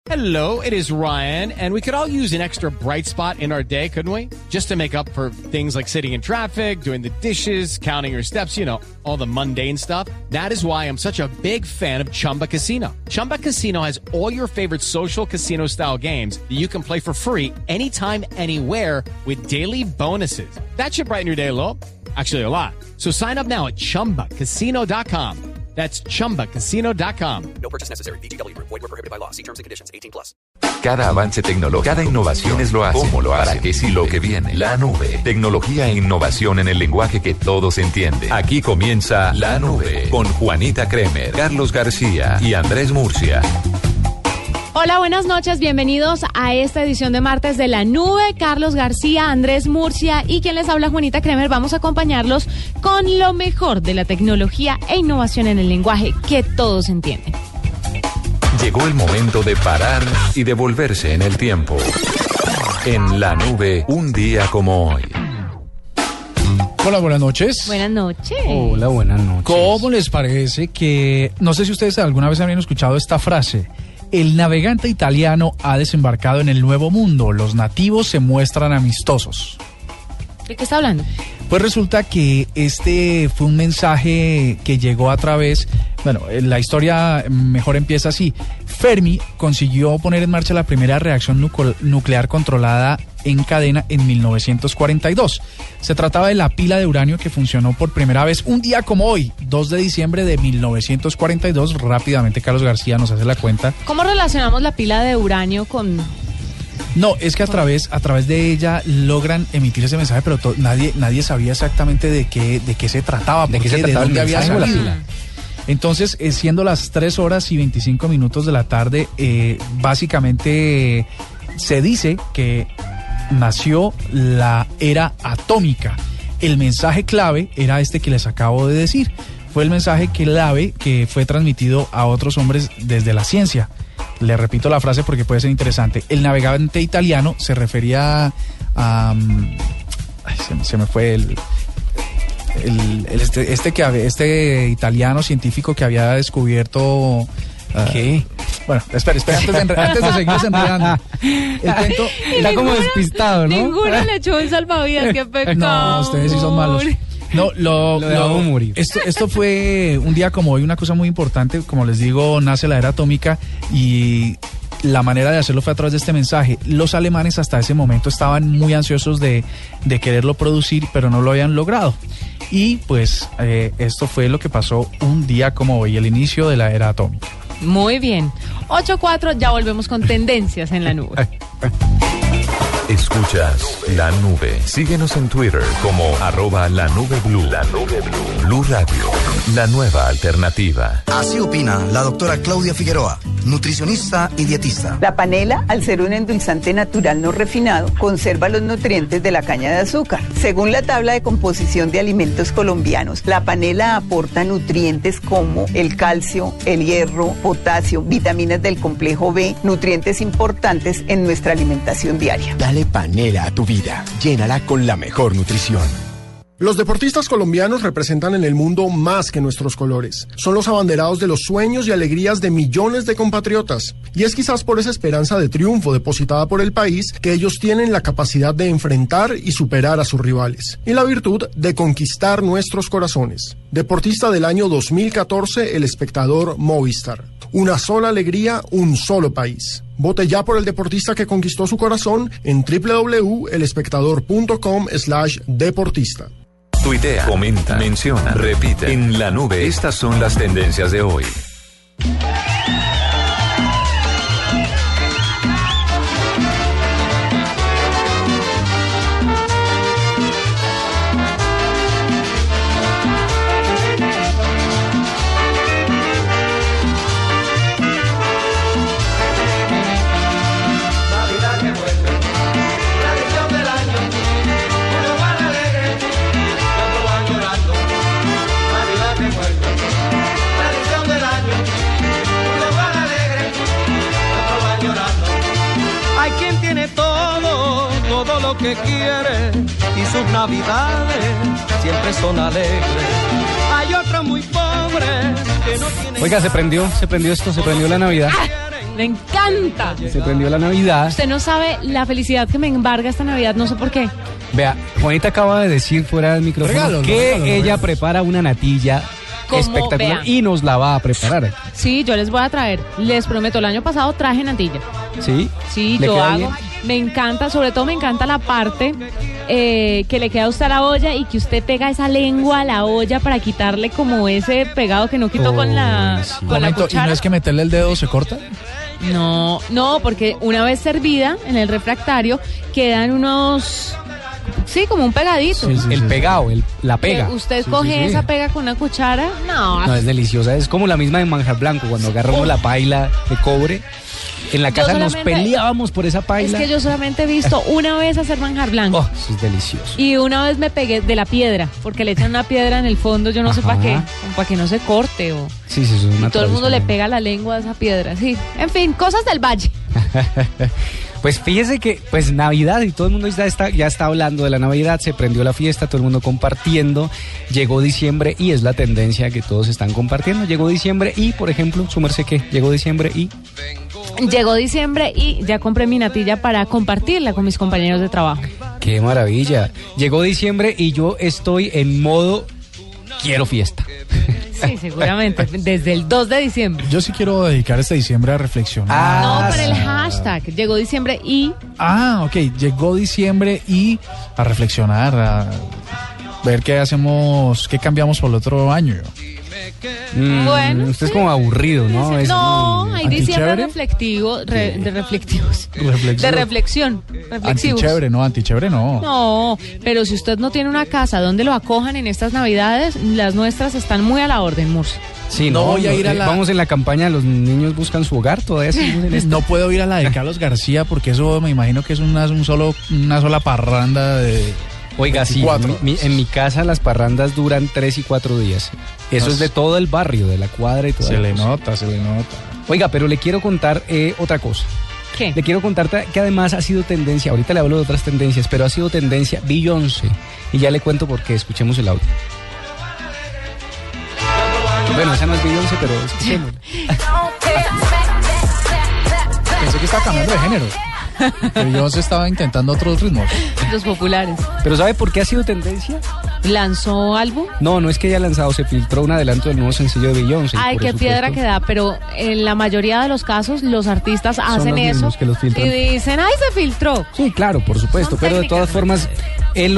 Hello, it is Ryan, and we could all use an extra bright spot in our day, couldn't we? Just to make up for things like sitting in traffic, doing the dishes, counting your steps, you know, all the mundane stuff. That is why I'm such a big fan of Chumba Casino. Chumba Casino has all your favorite social casino-style games that you can play for free anytime, anywhere with daily bonuses. That should brighten your day a little. Actually, a lot. So sign up now at ChumbaCasino.com. That's ChumbaCasino.com. No purchase necessary. VGW Group. Void where prohibited by law. See terms and conditions. 18+. Cada avance tecnológico, cada innovación es lo hace. ¿Cómo lo hace? ¿Para qué sí lo que viene? La nube. Tecnología e innovación en el lenguaje que todos entienden. Aquí comienza La Nube con Juanita Kremer, Carlos García y Andrés Murcia. Hola, buenas noches, bienvenidos a esta edición de martes de La Nube. Carlos García, Andrés Murcia y quien les habla, Juanita Kremer. Vamos a acompañarlos con lo mejor de la tecnología e innovación en el lenguaje que todos entienden. Llegó el momento de parar y devolverse en el tiempo. En La Nube, un día como hoy. Hola, buenas noches. Buenas noches. Hola, buenas noches. ¿Cómo les parece que, no sé si ustedes alguna vez habrían escuchado esta frase? El navegante italiano ha desembarcado en el Nuevo Mundo. Los nativos se muestran amistosos. ¿De qué está hablando? Pues resulta que este fue un mensaje que llegó a través... Bueno, la historia mejor empieza así. Fermi consiguió poner en marcha la primera reacción nuclear controlada en cadena en 1942. Se trataba de la pila de uranio que funcionó por primera vez un día como hoy, 2 de diciembre de 1942. Rápidamente Carlos García nos hace la cuenta. ¿Cómo relacionamos la pila de uranio con...? No, es que a través de ella logran emitir ese mensaje, pero nadie sabía exactamente de qué se trataba, de dónde había salido la pila. Entonces, siendo las 3:25 de la tarde, básicamente se dice que nació la era atómica. El mensaje clave era este que les acabo de decir. Fue el mensaje clave que fue transmitido a otros hombres desde la ciencia. Le repito la frase porque puede ser interesante. El navegante italiano se refería a... se me fue este italiano científico que había descubierto... ¿Qué? Bueno, espera, antes de seguir enredando. El cuento está como despistado, ¿no? Ninguno le echó un salvavidas, qué pecado. No, ustedes sí son malos. No, esto fue un día como hoy, una cosa muy importante. Como les digo, nace la era atómica y la manera de hacerlo fue a través de este mensaje. Los alemanes hasta ese momento estaban muy ansiosos de quererlo producir, pero no lo habían logrado. Y pues esto fue lo que pasó un día como hoy, el inicio de la era atómica. Muy bien. 8:04, ya volvemos con tendencias en La Nube. Escuchas La Nube. Síguenos en Twitter como @LaNubeBlue. La Nube Blue. Blue Radio, la nueva alternativa. Así opina la doctora Claudia Figueroa, nutricionista y dietista. La panela, al ser un endulzante natural no refinado, conserva los nutrientes de la caña de azúcar. Según la tabla de composición de alimentos colombianos, la panela aporta nutrientes como el calcio, el hierro, potasio, vitaminas del complejo B, nutrientes importantes en nuestra alimentación diaria. Dale panela a tu vida, llénala con la mejor nutrición. Los deportistas colombianos representan en el mundo más que nuestros colores. Son los abanderados de los sueños y alegrías de millones de compatriotas. Y es quizás por esa esperanza de triunfo depositada por el país que ellos tienen la capacidad de enfrentar y superar a sus rivales. Y la virtud de conquistar nuestros corazones. Deportista del año 2014, El Espectador Movistar. Una sola alegría, un solo país. Vote ya por el deportista que conquistó su corazón en www.elespectador.com/deportista. Tuitea, comenta, menciona, repite. En La Nube, estas son las tendencias de hoy. Que quiere y sus navidades siempre son alegres. Hay otros muy pobres que no tienen. Oiga, se prendió la Navidad. Me encanta. Se prendió la Navidad. Usted no sabe la felicidad que me embarga esta Navidad, no sé por qué. Vea, Juanita acaba de decir fuera del micrófono que ella prepara una natilla espectacular y nos la va a preparar. Sí, yo les voy a traer. Les prometo, el año pasado traje natilla. ¿Sí? Sí, yo hago. Bien. Me encanta, sobre todo me encanta la parte que le queda a usted a la olla y que usted pega esa lengua a la olla para quitarle como ese pegado que no quitó con la cuchara. ¿Y no es que meterle el dedo se corta? No, porque una vez servida en el refractario quedan unos... Sí, como un pegadito. Sí, el pegado, la pega. Usted coge esa pega con una cuchara. No, es deliciosa. Es como la misma de manjar blanco, cuando agarramos la paila de cobre. En la casa nos peleábamos por esa paila. Es que yo solamente he visto una vez hacer manjar blanco. Eso es delicioso. Y una vez me pegué de la piedra, porque le echan una piedra en el fondo, yo no sé para qué, para que no se corte. Sí, eso es una y todo el mundo le pega la lengua a esa piedra. Sí, en fin, cosas del valle. Pues fíjese que, pues Navidad, y todo el mundo ya está hablando de la Navidad, se prendió la fiesta, todo el mundo compartiendo, llegó diciembre y es la tendencia que todos están compartiendo. Llegó diciembre y, por ejemplo, su merced, ¿qué? Llegó diciembre y... Llegó diciembre y ya compré mi natilla para compartirla con mis compañeros de trabajo. ¡Qué maravilla! Llegó diciembre y yo estoy en modo quiero fiesta. Sí, seguramente, desde el 2 de diciembre. Yo sí quiero dedicar este diciembre a reflexionar. No, para el hashtag, llegó diciembre y... ok, llegó diciembre y a reflexionar, a ver qué hacemos, qué cambiamos por el otro año. Bueno, usted es como aburrido, ¿no? No, hay diciembre reflectivo, de reflexión. Antichévere no. No, pero si usted no tiene una casa donde lo acojan en estas Navidades, las nuestras están muy a la orden, Murcia. Sí, no voy a ir a vamos en la campaña Los Niños Buscan Su Hogar, todo eso. No puedo ir a la de Carlos García porque eso me imagino que es una sola parranda de... Oiga, 24. Sí, en mi casa las parrandas duran 3 y 4 días. Eso es de todo el barrio, de la cuadra y todo. Se le nota. Oiga, pero le quiero contar otra cosa. ¿Qué? Le quiero contar que además ha sido tendencia, ahorita le hablo de otras tendencias, pero ha sido tendencia Beyoncé. Y ya le cuento por qué, escuchemos el audio. Bueno, esa no es Beyoncé, pero escuchémosla. Pensé que estaba cambiando de género. Beyoncé estaba intentando otros ritmos. Los populares. ¿Pero sabe por qué ha sido tendencia? ¿Lanzó álbum? No es que haya lanzado, se filtró un adelanto del nuevo sencillo de Beyoncé. Ay, qué piedra que da, pero en la mayoría de los casos los artistas hacen eso que los filtran. Y dicen, ¡ay, se filtró! Sí, claro, por supuesto, pero de todas formas, el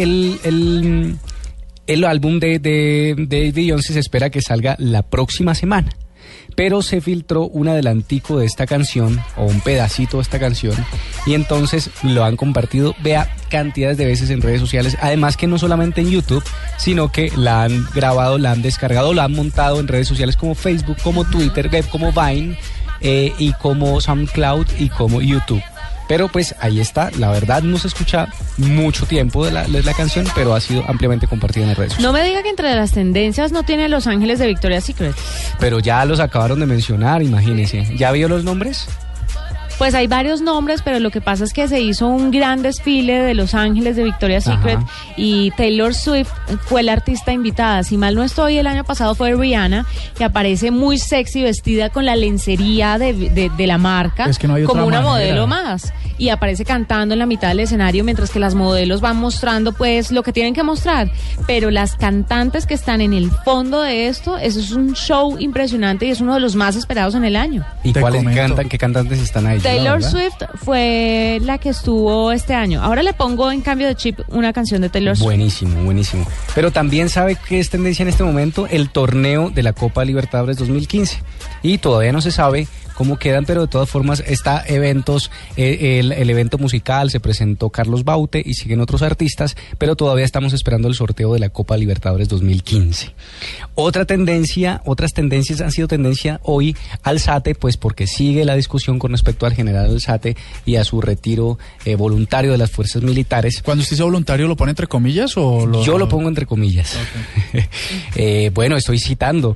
álbum de Beyoncé se espera que salga la próxima semana. Pero se filtró un adelantico de esta canción o un pedacito de esta canción y entonces lo han compartido, vea, cantidades de veces en redes sociales, además que no solamente en YouTube, sino que la han grabado, la han descargado, la han montado en redes sociales como Facebook, como Twitter, como Vine y como SoundCloud y como YouTube. Pero pues ahí está, la verdad no se escucha mucho tiempo de la canción, pero ha sido ampliamente compartida en las redes sociales. No me diga que entre las tendencias no tiene Los Ángeles de Victoria's Secret. Pero ya los acabaron de mencionar, imagínense. ¿Ya vio los nombres? Pues hay varios nombres, pero lo que pasa es que se hizo un gran desfile de Los Ángeles de Victoria's Secret y Taylor Swift fue la artista invitada. Si mal no estoy, el año pasado fue Rihanna, que aparece muy sexy vestida con la lencería de la marca, es que no hay como otra una manera. modelo más. Y aparece cantando en la mitad del escenario mientras que las modelos van mostrando pues lo que tienen que mostrar. Pero las cantantes que están en el fondo de esto, eso es un show impresionante y es uno de los más esperados en el año. ¿Y qué cantantes están ahí? Taylor Swift fue la que estuvo este año. Ahora le pongo en cambio de chip una canción de Taylor Swift. Buenísimo. Pero también sabe que es tendencia en este momento el torneo de la Copa Libertadores 2015. Y todavía no se sabe cómo quedan, pero de todas formas está eventos, el evento musical, se presentó Carlos Baute y siguen otros artistas, pero todavía estamos esperando el sorteo de la Copa Libertadores 2015. Otras tendencias han sido tendencia hoy Alzate, pues porque sigue la discusión con respecto al general Alzate y a su retiro voluntario de las fuerzas militares. Cuando usted dice voluntario, ¿lo pone entre comillas o Yo lo pongo entre comillas. Okay. Bueno, estoy citando.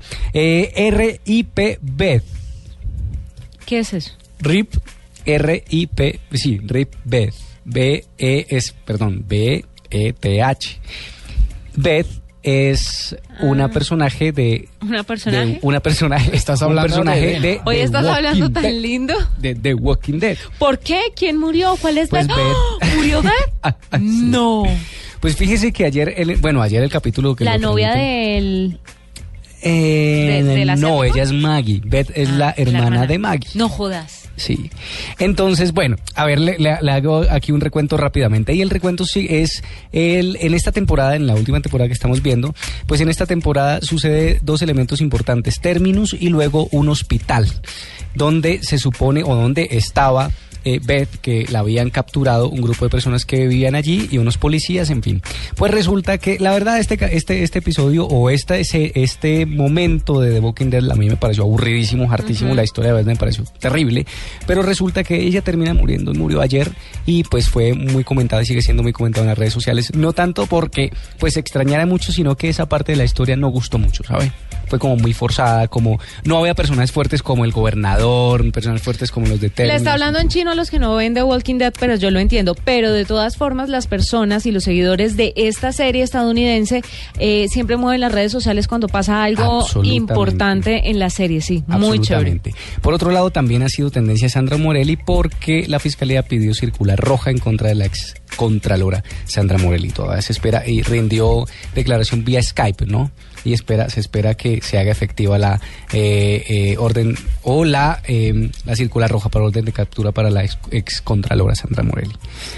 RIP-BED. ¿Qué es eso? RIP. RIP, sí, RIP-BED. B-E-T-H. BED es una personaje de... ¿Una personaje? Una personaje. Estás hablando de Hoy estás hablando tan lindo. De The Walking Dead. ¿Por qué? ¿Quién murió? ¿Cuál es Pues Beth? ¡Oh! ¿Murió Beth? Sí. No. Pues fíjese que ayer el capítulo que... La novia del... de la no, séptima. ella es Maggie. Beth es la hermana de Maggie. No jodas. Sí. Entonces, bueno, a ver, le hago aquí un recuento rápidamente. Y el recuento sí es en esta temporada, en la última temporada que estamos viendo, pues en esta temporada sucede dos elementos importantes: Terminus y luego un hospital, donde se supone o donde estaba Beth, que la habían capturado un grupo de personas que vivían allí y unos policías, en fin. Pues resulta que la verdad este episodio o este momento de The Walking Dead a mí me pareció aburridísimo, hartísimo. La historia de Beth me pareció terrible, pero resulta que ella termina muriendo, murió ayer, y pues fue muy comentada y sigue siendo muy comentada en las redes sociales, no tanto porque pues se extrañara mucho, sino que esa parte de la historia no gustó mucho, ¿sabe? Fue como muy forzada, como no había personajes fuertes como el gobernador, personajes fuertes como los de Terminus. Le está hablando en chino a los que no ven The Walking Dead, pero yo lo entiendo. Pero de todas formas, las personas y los seguidores de esta serie estadounidense siempre mueven las redes sociales cuando pasa algo importante en la serie, sí, muy chévere. Por otro lado, también ha sido tendencia Sandra Morelli, porque la Fiscalía pidió circular roja en contra de la ex contralora Sandra Morelli. Todavía se espera, y rindió declaración vía Skype, ¿no? Y se espera que se haga efectiva la orden o la circular roja para orden de captura para la ex contralora Sandra Morelli.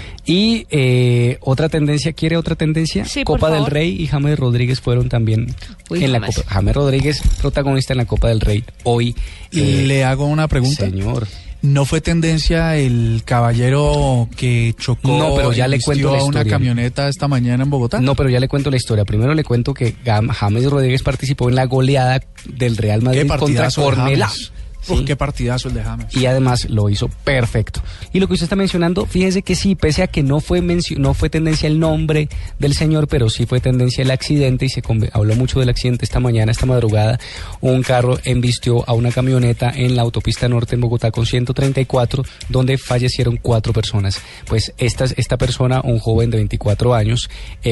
Y otra tendencia, ¿quiere otra tendencia? Sí, Copa del Rey y James Rodríguez fueron también en la Copa. James Rodríguez, protagonista en la Copa del Rey hoy. Le hago una pregunta. Señor. ¿No fue tendencia el caballero que chocó no, pero ya le cuento a una camioneta esta mañana en Bogotá? No, pero ya le cuento la historia. Primero le cuento que James Rodríguez participó en la goleada del Real Madrid contra Cornellá. Sí. Qué partidazo el de James. Y además lo hizo perfecto. Y lo que usted está mencionando, fíjese que sí, pese a que no fue tendencia el nombre del señor, pero sí fue tendencia el accidente, y se habló mucho del accidente esta madrugada. Un carro embistió a una camioneta en la autopista norte en Bogotá con 134, donde fallecieron 4 personas. Pues esta persona, un joven de 24 años,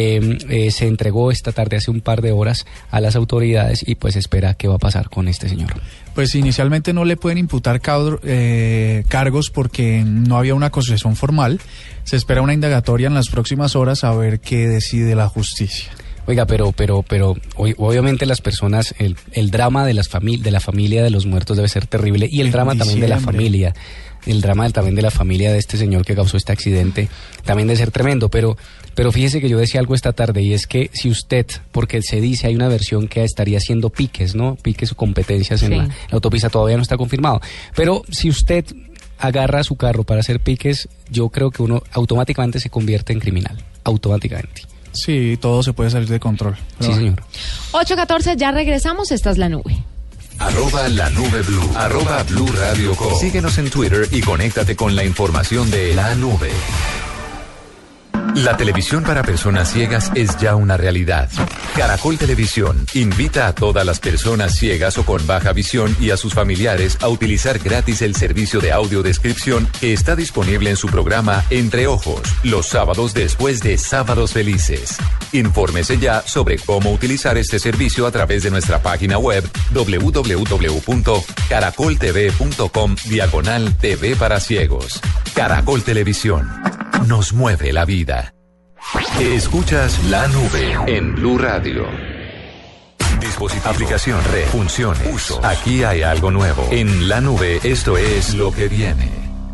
se entregó esta tarde, hace un par de horas, a las autoridades, y pues espera qué va a pasar con este señor. Pues inicialmente no le pueden imputar cargos porque no había una acusación formal. Se espera una indagatoria en las próximas horas a ver qué decide la justicia. Oiga, pero obviamente las personas, el drama de la familia de los muertos debe ser terrible, y el drama también de la familia. El drama también de la familia de este señor que causó este accidente también debe ser tremendo, pero fíjese que yo decía algo esta tarde, y es que si usted, porque se dice, hay una versión que estaría haciendo piques, ¿no? Piques o competencias en la autopista, todavía no está confirmado, pero si usted agarra su carro para hacer piques, yo creo que uno automáticamente se convierte en criminal, automáticamente. Sí, todo se puede salir de control. Sí, señor. 8:14, ya regresamos, esta es La Nube. @La Nube Blue, @Blue Radio Co. Síguenos en Twitter y conéctate con la información de La Nube. La televisión para personas ciegas es ya una realidad. Caracol Televisión invita a todas las personas ciegas o con baja visión y a sus familiares a utilizar gratis el servicio de audiodescripción que está disponible en su programa Entre Ojos, los sábados después de Sábados Felices. Infórmese ya sobre cómo utilizar este servicio a través de nuestra página web www.caracoltv.com/TV para ciegos. Caracol Televisión. Nos mueve la vida. Escuchas La Nube en Blue Radio. Dispositivo, aplicación, red, funciones, uso. Aquí hay algo nuevo. En La Nube, esto es lo que viene.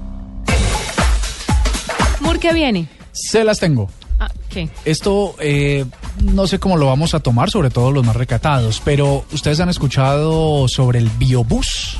¿Qué viene? Se las tengo. ¿Qué? Esto no sé cómo lo vamos a tomar, sobre todo los más recatados, pero ¿ustedes han escuchado sobre el biobús?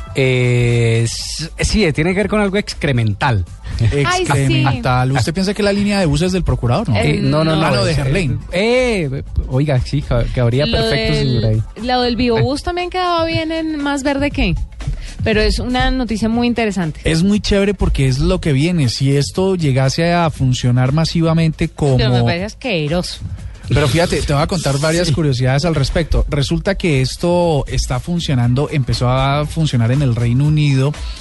Sí, tiene que ver con algo excremental. Excremental. ¿Usted piensa que la línea de buses del procurador? No. No, de Gerlain. Oiga, sí, que habría perfecto señor ahí. Lo del biobús también quedaba bien en Más Verde Que. Pero es una noticia muy interesante. Es muy chévere porque es lo que viene. Si esto llegase a funcionar masivamente como... Pero me parece asqueroso. Pero fíjate, te voy a contar varias curiosidades al respecto. Resulta que esto está funcionando, empezó a funcionar en el Reino Unido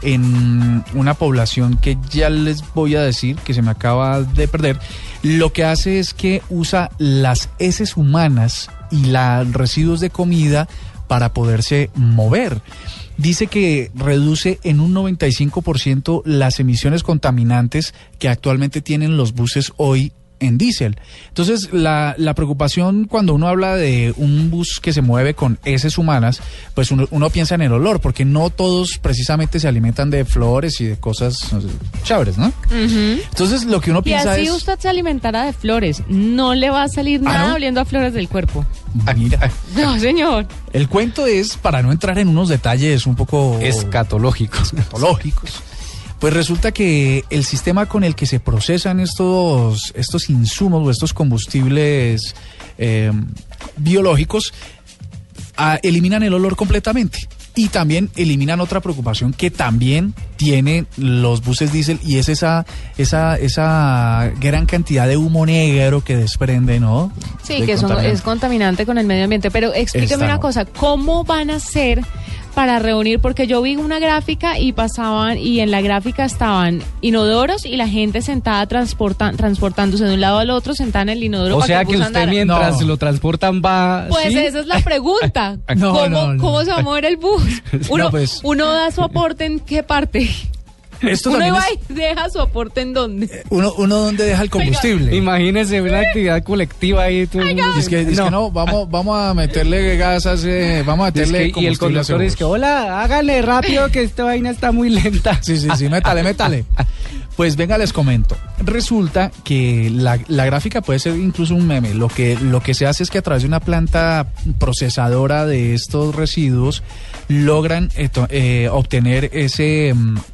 en una población que ya les voy a decir, que se me acaba de perder, lo que hace es que usa las heces humanas y los residuos de comida para poderse mover. Dice que reduce en un 95% las emisiones contaminantes que actualmente tienen los buses hoy en diésel. Entonces, la preocupación cuando uno habla de un bus que se mueve con heces humanas, pues uno piensa en el olor, porque no todos precisamente se alimentan de flores y de cosas chéveres, ¿no? Uh-huh. Entonces, lo que uno piensa es... Y así usted se alimentara de flores, no le va a salir nada ¿no? oliendo a flores del cuerpo. Mira. No, señor. El cuento es, para no entrar en unos detalles un poco... escatológicos. Pues resulta que el sistema con el que se procesan estos insumos o estos combustibles biológicos eliminan el olor completamente. Y también eliminan otra preocupación que también tienen los buses diésel, y es esa gran cantidad de humo negro que desprende, ¿no? Sí, que es contaminante con el medio ambiente. Pero explíqueme una cosa, ¿cómo van a hacer para reunir? Porque yo vi una gráfica y en la gráfica estaban inodoros y la gente sentada transportándose de un lado al otro, sentada en el inodoro. O sea que usted mientras lo transportan va... Pues ¿sí? Esa es la pregunta. ¿Cómo se va a mover el bus? Uno da su aporte ¿en qué parte? Uno va y deja su aporte ¿en dónde? Uno ¿dónde deja el combustible? Oiga. Imagínese una actividad colectiva ahí. Es que no, vamos a meterle gasas, vamos a meterle combustible. Y el conductor dice que hola, hágale rápido que esta vaina está muy lenta. Sí, métale. Pues venga, les comento. Resulta que la gráfica puede ser incluso un meme. Lo que se hace es que a través de una planta procesadora de estos residuos logran obtener ese...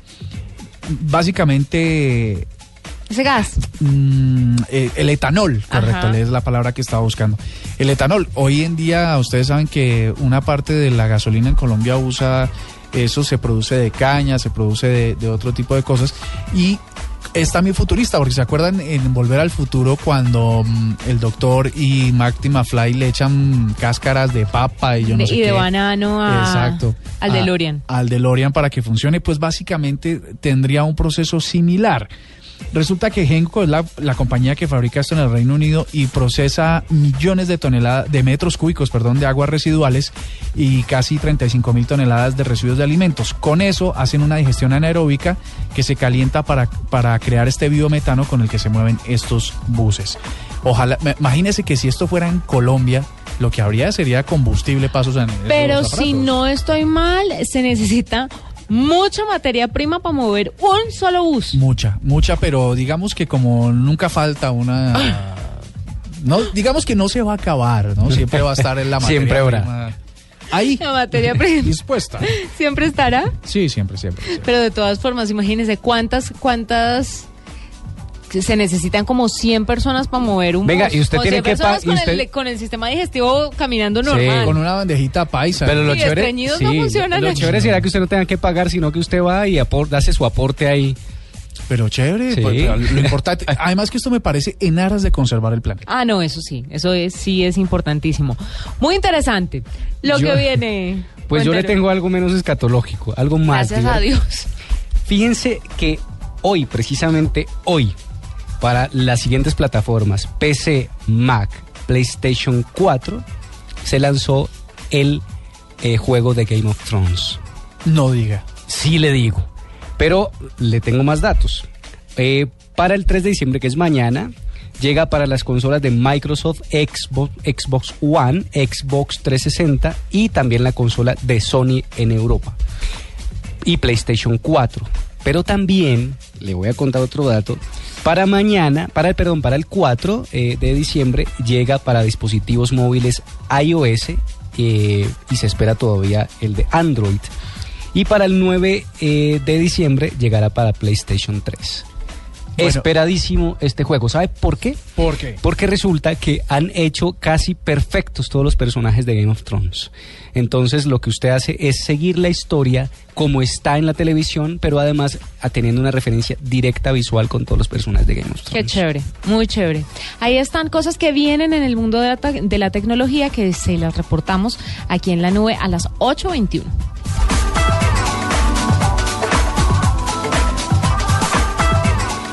básicamente ese gas, el etanol, correcto, es la palabra que estaba buscando. El etanol, hoy en día ustedes saben que una parte de la gasolina en Colombia eso se produce de caña, se produce de otro tipo de cosas, y es también futurista, porque se acuerdan en Volver al Futuro cuando el doctor y Marty McFly le echan cáscaras de papa y no sé qué. De banano al DeLorean. Al DeLorean para que funcione, pues básicamente tendría un proceso similar. Resulta que Genco es la compañía que fabrica esto en el Reino Unido y procesa millones de metros cúbicos de aguas residuales y casi 35.000 toneladas de residuos de alimentos. Con eso hacen una digestión anaeróbica que se calienta para crear este biometano con el que se mueven estos buses. Imagínese que si esto fuera en Colombia, lo que habría sería combustible pasos en Pero si no estoy mal, se necesita mucha materia prima para mover un solo bus. Mucha, pero digamos que como nunca falta una... No, digamos que no se va a acabar, ¿no? Siempre va a estar en la materia siempre prima. Ahí. La materia prima. Dispuesta. ¿Siempre estará? Sí, siempre. Pero de todas formas, imagínense cuántas se necesitan como 100 personas para mover un bus. Venga, y usted tiene que con el sistema digestivo caminando normal. Sí, con una bandejita paisa. Pero lo chévere, no funcionan. Lo chévere será que usted no tenga que pagar, sino que usted va y hace su aporte ahí. Pero chévere, sí. Lo importante, además que esto me parece en aras de conservar el planeta. No, eso sí es importantísimo. Muy interesante lo que viene. Pues yo le tengo algo menos escatológico, algo más. Gracias a Dios. Fíjense que precisamente hoy, para las siguientes plataformas, PC, Mac, PlayStation 4, se lanzó el juego de Game of Thrones. No diga. Sí le digo, pero le tengo más datos. Para el 3 de diciembre, que es mañana, llega para las consolas de Microsoft, Xbox One, Xbox 360 y también la consola de Sony en Europa. Y PlayStation 4. Pero también, le voy a contar otro dato, para el 4 de diciembre llega para dispositivos móviles iOS y se espera todavía el de Android. Y para el 9 de diciembre llegará para PlayStation 3. Bueno, esperadísimo este juego. ¿Sabe por qué? ¿Por qué? Porque resulta que han hecho casi perfectos todos los personajes de Game of Thrones. Entonces lo que usted hace es seguir la historia como está en la televisión, pero además teniendo una referencia directa visual con todos los personajes de Game of Thrones. Qué chévere, muy chévere. Ahí están cosas que vienen en el mundo de la tecnología que se las reportamos aquí en La Nube a las 8:21.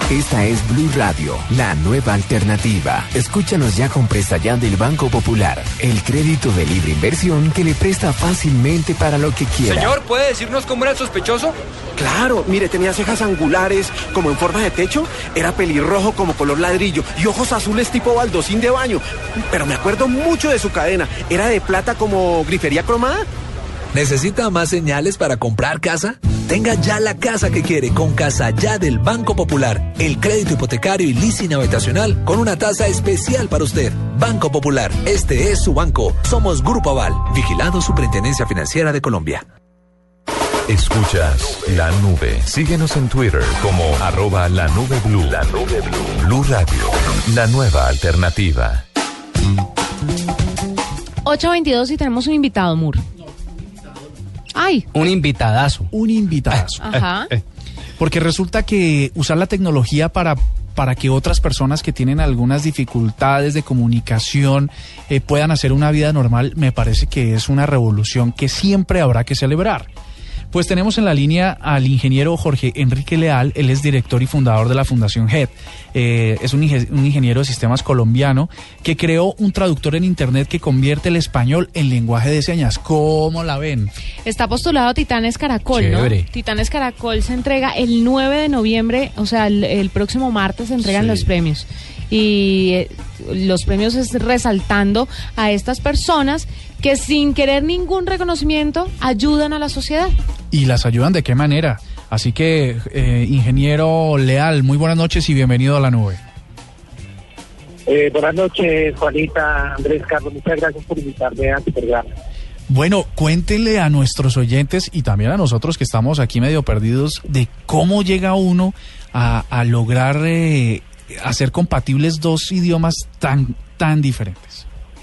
Esta es Blue Radio, la nueva alternativa. Escúchanos ya con Presta Ya del Banco Popular, el crédito de libre inversión que le presta fácilmente para lo que quiera. Señor, ¿puede decirnos cómo era el sospechoso? Claro, mire, tenía cejas angulares como en forma de techo, era pelirrojo como color ladrillo y ojos azules tipo baldosín de baño. Pero me acuerdo mucho de su cadena, era de plata como grifería cromada. ¿Necesita más señales para comprar casa? Tenga ya la casa que quiere con Casa Ya del Banco Popular. El crédito hipotecario y leasing habitacional con una tasa especial para usted. Banco Popular, este es su banco. Somos Grupo Aval, vigilado Superintendencia Financiera de Colombia. Escuchas La Nube. Síguenos en Twitter como @lanubeblu. La Nube Blue. Blue Radio, la nueva alternativa. 8:22 y tenemos un invitado, Mur. ¡Ay! Un invitadazo. Un invitadazo. Ajá. Porque resulta que usar la tecnología para que otras personas que tienen algunas dificultades de comunicación puedan hacer una vida normal, me parece que es una revolución que siempre habrá que celebrar. Pues tenemos en la línea al ingeniero Jorge Enrique Leal, él es director y fundador de la Fundación HED. Es un ingeniero de sistemas colombiano que creó un traductor en internet que convierte el español en lenguaje de señas. ¿Cómo la ven? Está postulado Titanes Caracol, Chévere. ¿no? Titanes Caracol se entrega el 9 de noviembre, o sea, el próximo martes se entregan los premios. Y los premios es resaltando a estas personas que sin querer ningún reconocimiento ayudan a la sociedad. ¿Y las ayudan de qué manera? Así que, ingeniero Leal, muy buenas noches y bienvenido a La Nube. Buenas noches, Juanita, Andrés, Carlos, muchas gracias por invitarme a tu programa. Bueno, cuéntenle a nuestros oyentes y también a nosotros que estamos aquí medio perdidos de cómo llega uno a lograr hacer compatibles dos idiomas tan diferentes.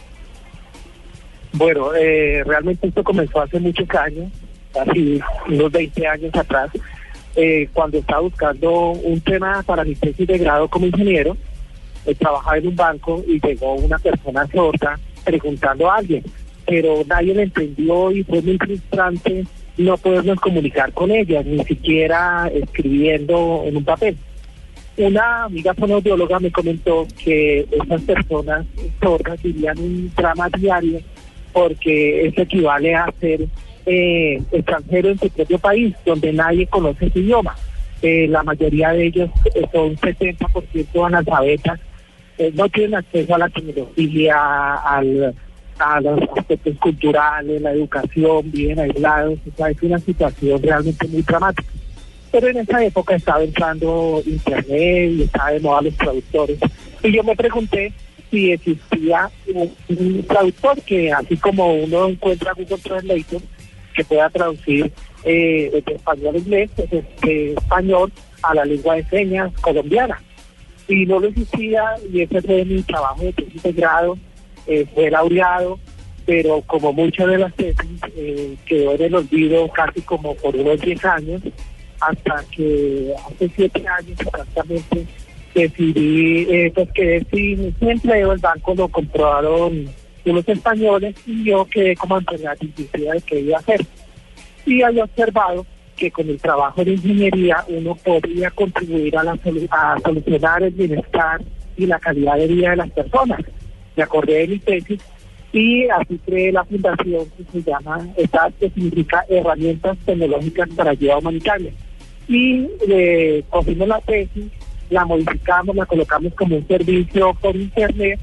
Bueno, realmente esto comenzó hace muchos años, casi unos 20 años atrás, cuando estaba buscando un tema para mi tesis de grado como ingeniero. Trabajaba en un banco y llegó una persona sorda preguntando a alguien, pero nadie le entendió y fue muy frustrante no podernos comunicar con ella, ni siquiera escribiendo en un papel. Una amiga fonoaudióloga me comentó que esas personas sordas vivían un drama diario porque eso equivale a ser extranjero en su propio país, donde nadie conoce su idioma. La mayoría de ellos son 70% analfabetas, no tienen acceso a la tecnología, a los aspectos culturales, la educación, viven aislados. O sea, es una situación realmente muy dramática. Pero en esa época estaba entrando internet y estaba de moda los traductores. Y yo me pregunté si existía un traductor que, así como uno encuentra Google Translator, que pueda traducir de español a inglés, de español a la lengua de señas colombiana. Y no lo existía, y ese fue mi trabajo de tesis de grado, fue laureado, pero como muchas de las tesis quedó en el olvido casi como por unos 10 años, hasta que hace 7 años exactamente decidí pues quedé sin empleo. El banco lo comprobaron unos españoles y yo quedé como ante la necesidad de qué iba a hacer. Y había observado que con el trabajo de ingeniería uno podría contribuir a solucionar el bienestar y la calidad de vida de las personas. Me acordé de mi tesis y así creé la fundación que se llama ETAD, que significa Herramientas Tecnológicas para Ayuda Humanitaria. Y cogimos la tesis, la modificamos, la colocamos como un servicio por internet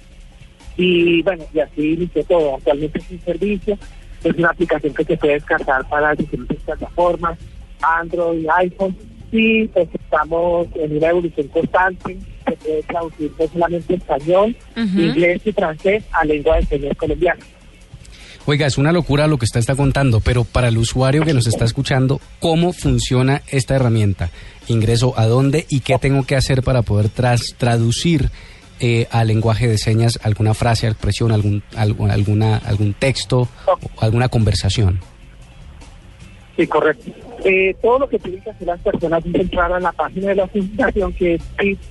y bueno, y así inició todo. Actualmente es un servicio, es una aplicación que se puede descargar para diferentes plataformas, Android, iPhone, y pues estamos en una evolución constante. Se puede traducir no solamente español, inglés y francés a lengua de señas colombiana. Oiga, es una locura lo que usted está contando, pero para el usuario que nos está escuchando, ¿cómo funciona esta herramienta? ¿Ingreso a dónde y qué tengo que hacer para poder traducir al lenguaje de señas alguna frase, expresión, algún texto o alguna conversación? Sí, correcto. Todo lo que tienen que hacer las personas es entrar a la página de la fundación, que es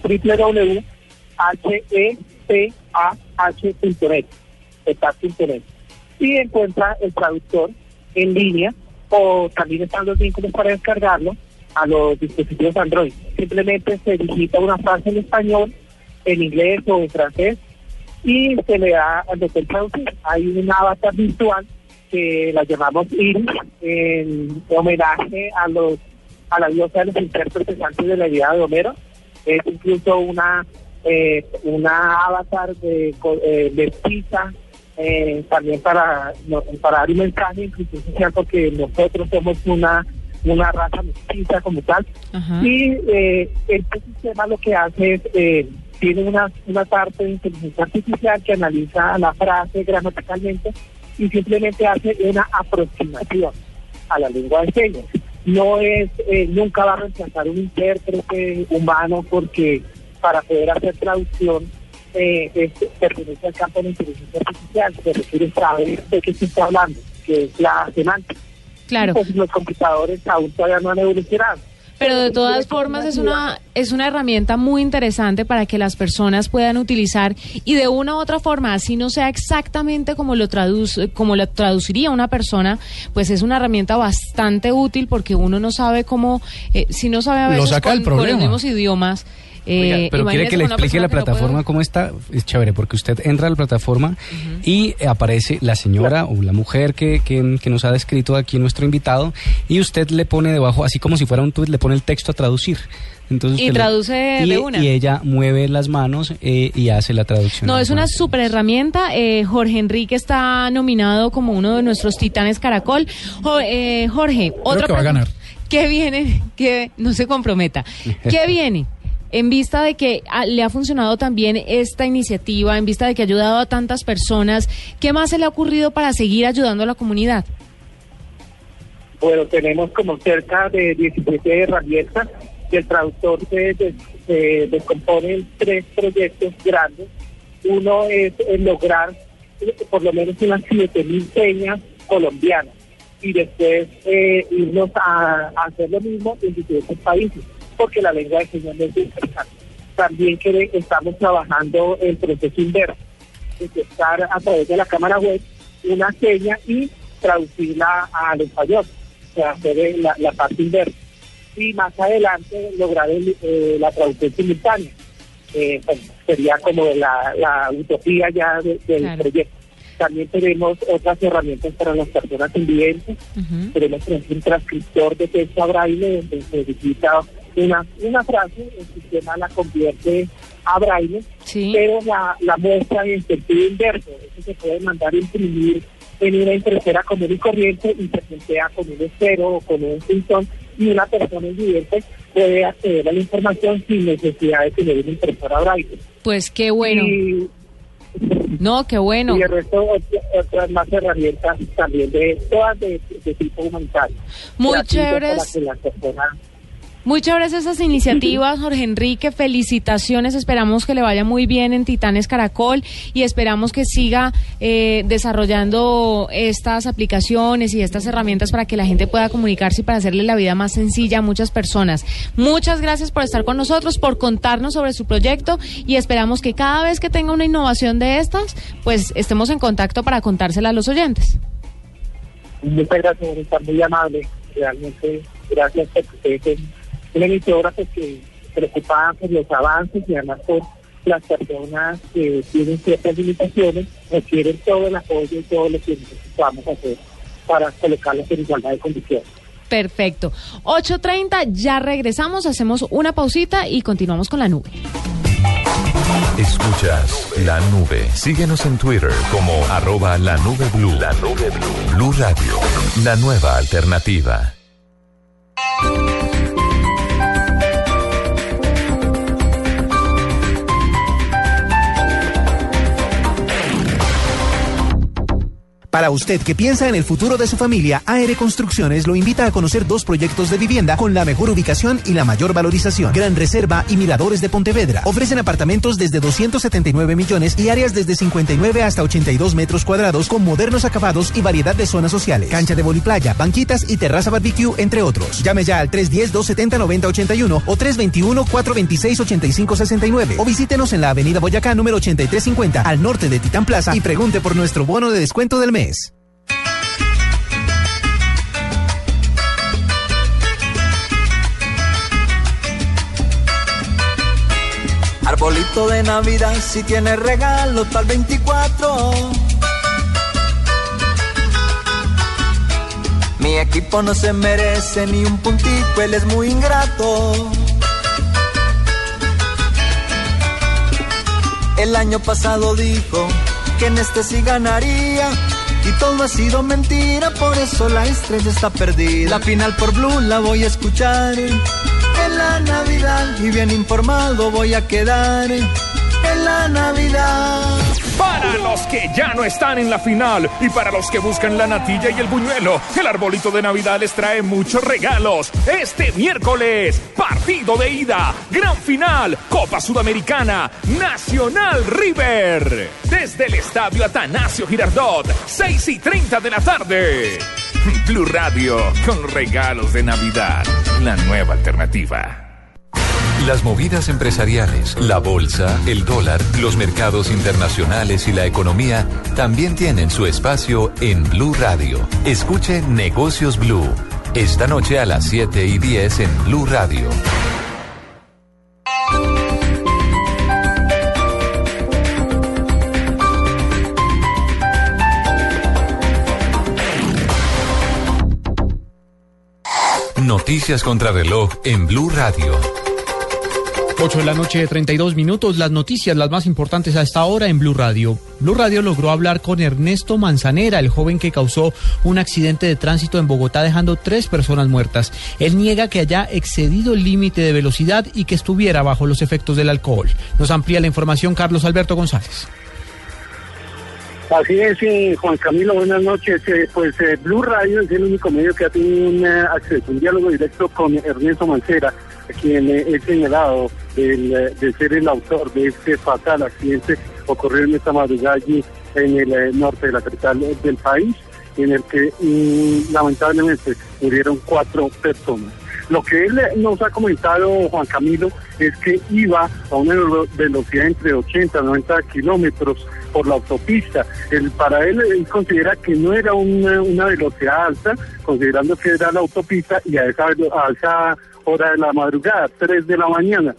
www.hetah.net, y encuentra el traductor en línea, o también están los vínculos para descargarlo, a los dispositivos Android. Simplemente se digita una frase en español, en inglés o en francés y se le da al botón traducir. Hay un avatar virtual que la llamamos Iris, en homenaje a la diosa de los intérpretes antes de la vida de Homero. Es incluso una avatar de pizza, también para dar un mensaje inclusión social, porque nosotros somos una raza mestiza como tal. Y este sistema lo que hace es tiene una parte de inteligencia artificial que analiza la frase gramaticalmente y simplemente hace una aproximación a la lengua de señas. No es, nunca va a reemplazar un intérprete humano, porque para poder hacer traducción pertenece al campo de la inteligencia artificial. Se requiere saber de qué se está hablando, que es la semántica. Claro. Y pues los computadores aún todavía no han evolucionado. Pero de todas formas es una herramienta muy interesante para que las personas puedan utilizar, y de una u otra forma, así no sea exactamente como lo traduciría una persona, pues es una herramienta bastante útil, porque uno no sabe cómo, si no sabe a veces lo saca con los mismos idiomas. Oiga, pero quiere que le explique la plataforma cómo está. Es chévere, porque usted entra a la plataforma y aparece la señora o la mujer que nos ha descrito aquí nuestro invitado, y usted le pone debajo, así como si fuera un tuit, le pone el texto a traducir. Entonces y traduce de una. Y ella mueve las manos y hace la traducción. No, es una súper herramienta. Jorge Enrique está nominado como uno de nuestros titanes Caracol. Jorge, otra pregunta. Va a ganar. ¿Qué viene? Que no se comprometa. ¿Qué viene? En vista de que le ha funcionado también esta iniciativa, en vista de que ha ayudado a tantas personas, ¿qué más se le ha ocurrido para seguir ayudando a la comunidad? Bueno, tenemos como cerca de 17 herramientas. El traductor se descompone en 3 proyectos grandes. Uno es lograr por lo menos unas 7.000 señas colombianas, y después irnos a hacer lo mismo en diferentes países, porque la lengua de señas no es interesante. También estamos trabajando el proceso inverso, detectar a través de la cámara web una seña y traducirla al español, o sea, hacer la parte inversa. Y más adelante lograr la traducción simultánea. Pues, sería como la utopía ya del proyecto. También tenemos otras herramientas para las personas invidentes. Tenemos, por ejemplo, un transcriptor de texto a braille, donde se digita una frase, el sistema la convierte a braille, pero la muestra en sentido inverso. Eso se puede mandar a imprimir en una impresora común y corriente y se puntea con un esfero o con un pintón, y una persona invidente puede acceder a la información sin necesidad de tener una impresora braille. Pues qué bueno. No, qué bueno. Y el resto, otras más herramientas también, todas de tipo humanitario. Muy chéveres. Para que las personas... Muy chéveres esas iniciativas, Jorge Enrique, felicitaciones, esperamos que le vaya muy bien en Titanes Caracol y esperamos que siga desarrollando estas aplicaciones y estas herramientas para que la gente pueda comunicarse y para hacerle la vida más sencilla a muchas personas. Muchas gracias por estar con nosotros, por contarnos sobre su proyecto, y esperamos que cada vez que tenga una innovación de estas, pues estemos en contacto para contársela a los oyentes. Muchas gracias, está muy amable, realmente gracias por ustedes. Una emisora que se preocupa por los avances y además por las personas que tienen ciertas limitaciones, requieren todo el apoyo y todo lo que necesitamos hacer para colocarlos en igualdad de condiciones. Perfecto. 8:30, ya regresamos, hacemos una pausita y continuamos con La Nube. Escuchas La Nube. Síguenos en Twitter como @lanubeblu. La Nube Blue. Blue Radio, la nueva alternativa. Para usted que piensa en el futuro de su familia, AR Construcciones lo invita a conocer 2 proyectos de vivienda con la mejor ubicación y la mayor valorización. Gran Reserva y Miradores de Pontevedra. Ofrecen apartamentos desde 279 millones y áreas desde 59 hasta 82 metros cuadrados con modernos acabados y variedad de zonas sociales. Cancha de voliplaya, banquitas y terraza barbecue, entre otros. Llame ya al 310-270-9081 o 321-426-8569 o visítenos en la avenida Boyacá número 8350 al norte de Titán Plaza y pregunte por nuestro bono de descuento del mes. arbolito de Navidad si tiene regalos para el 24. Mi equipo no se merece ni un puntico, él es muy ingrato. El año pasado dijo que en este sí ganaría y todo ha sido mentira, por eso la estrella está perdida. La final por Blue la voy a escuchar en la Navidad y bien informado voy a quedar en la Navidad. Para los que ya no están en la final y para los que buscan la natilla y el buñuelo, el arbolito de Navidad les trae muchos regalos. Este miércoles, partido de ida, gran final, Copa Sudamericana, Nacional River. Desde el estadio Atanasio Girardot, 6:30 de la tarde. Blue Radio, con regalos de Navidad, la nueva alternativa. Las movidas empresariales, la bolsa, el dólar, los mercados internacionales y la economía también tienen su espacio en Blue Radio. Escuche Negocios Blue. Esta noche a las 7:10 en Blue Radio. Noticias contra reloj en Blue Radio. 8 de la noche, 32 minutos. Las noticias, las más importantes a esta hora en Blue Radio. Blue Radio logró hablar con Ernesto Manzanera, el joven que causó un accidente de tránsito en Bogotá dejando 3 personas muertas. Él niega que haya excedido el límite de velocidad y que estuviera bajo los efectos del alcohol. Nos amplía la información Carlos Alberto González. Así es, Juan Camilo, buenas noches. Blue Radio es el único medio que ha tenido un diálogo directo con Ernesto Mancera, quien es señalado de ser el autor de este fatal accidente ocurrido en esta madrugada allí en el norte de la capital del país, en el que lamentablemente murieron 4 personas. Lo que él nos ha comentado, Juan Camilo, es que iba a una velocidad entre 80 y 90 kilómetros por la autopista. Para él considera que no era una velocidad alta, considerando que era la autopista y a esa hora de la madrugada, 3 de la mañana.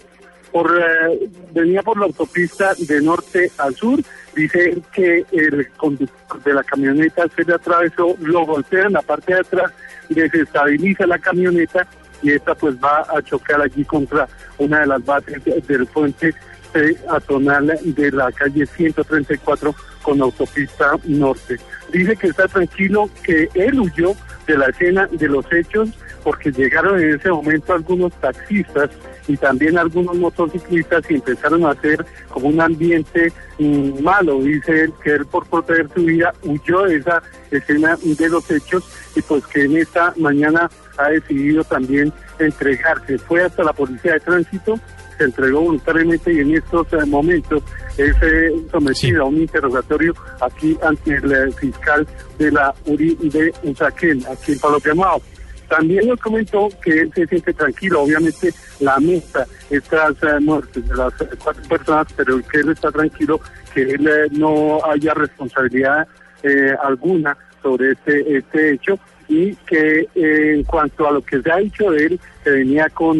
Venía por la autopista de norte al sur. Dice que el conductor de la camioneta se le atravesó, lo golpea en la parte de atrás, desestabiliza la camioneta y esta pues va a chocar allí contra una de las bases del puente peatonal de la calle 134 con autopista norte. Dice que está tranquilo, que él huyó de la escena de los hechos porque llegaron en ese momento algunos taxistas y también algunos motociclistas y empezaron a hacer como un ambiente malo. Dice él que él por proteger su vida huyó de esa escena de los hechos y pues que en esta mañana ha decidido también entregarse. Fue hasta la policía de tránsito, se entregó voluntariamente y en estos momentos es sometido a un interrogatorio aquí ante el fiscal de la URI de Usaquén, aquí en Palo Quemado. También nos comentó que él se siente tranquilo, obviamente lamenta estas muertes de las 4 personas, pero que él está tranquilo, que él no haya responsabilidad alguna sobre este hecho y que en cuanto a lo que se ha dicho de él, que venía con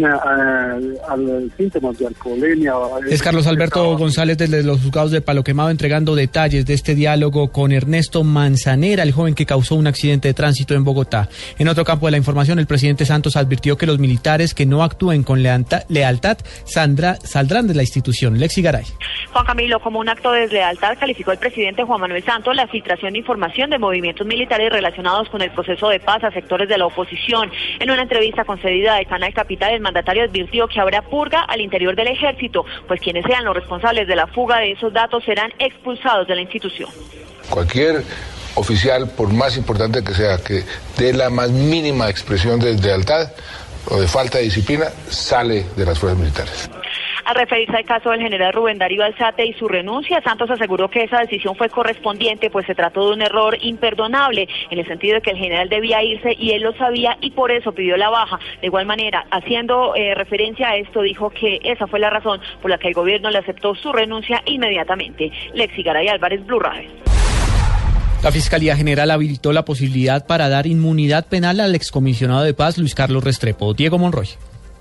síntomas de alcoholemia. Es Carlos Alberto González desde los juzgados de Palo Quemado entregando detalles de este diálogo con Ernesto Manzanera, el joven que causó un accidente de tránsito en Bogotá. En otro campo de la información, el presidente Santos advirtió que los militares que no actúen con lealtad saldrán de la institución. Lexi Garay. Juan Camilo, como un acto de deslealtad calificó el presidente Juan Manuel Santos la filtración de información de movimientos militares relacionados con el proceso de paz a sectores de la oposición. En una entrevista concedida de Canal Capital, el mandatario advirtió que habrá purga al interior del ejército, pues quienes sean los responsables de la fuga de esos datos serán expulsados de la institución. Cualquier oficial, por más importante que sea, que dé la más mínima expresión de deslealtad o de falta de disciplina, sale de las fuerzas militares. Al referirse al caso del general Rubén Darío Alzate y su renuncia, Santos aseguró que esa decisión fue correspondiente, pues se trató de un error imperdonable, en el sentido de que el general debía irse y él lo sabía y por eso pidió la baja. De igual manera, haciendo referencia a esto, dijo que esa fue la razón por la que el gobierno le aceptó su renuncia inmediatamente. Lexi Garay Álvarez, Blue Radio. La Fiscalía General habilitó la posibilidad para dar inmunidad penal al excomisionado de paz Luis Carlos Restrepo. Diego Monroy.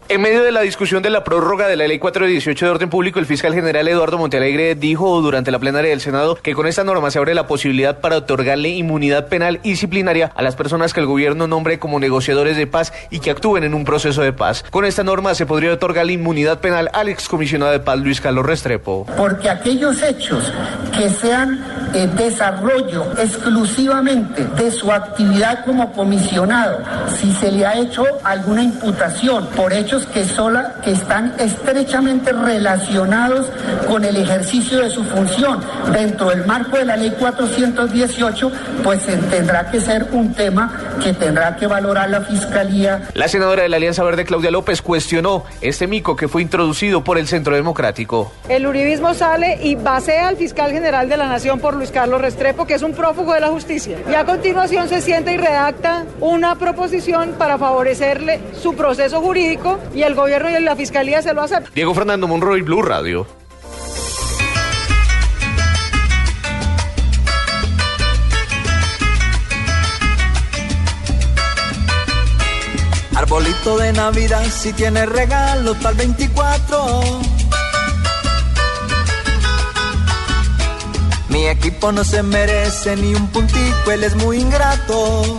En medio de la discusión de la prórroga de la Ley 418 de Orden Público, el fiscal general Eduardo Montealegre dijo durante la plenaria del Senado que con esta norma se abre la posibilidad para otorgarle inmunidad penal y disciplinaria a las personas que el gobierno nombre como negociadores de paz y que actúen en un proceso de paz. Con esta norma se podría otorgar la inmunidad penal al excomisionado de paz Luis Carlos Restrepo. Porque aquellos hechos que sean desarrollo exclusivamente de su actividad como comisionado, si se le ha hecho alguna imputación por hechos que están estrechamente relacionados con el ejercicio de su función dentro del marco de la Ley 418, pues tendrá que ser un tema que tendrá que valorar la Fiscalía. La senadora de la Alianza Verde, Claudia López, cuestionó este mico que fue introducido por el Centro Democrático. El uribismo sale y basea al fiscal general de la Nación por Luis Carlos Restrepo, que es un prófugo de la justicia. Y a continuación se sienta y redacta una proposición para favorecerle su proceso jurídico y el gobierno y la fiscalía se lo aceptan. Diego Fernando Monroy, Blue Radio. Arbolito de Navidad, si tiene regalos para el 24. Mi equipo no se merece ni un puntico, él es muy ingrato.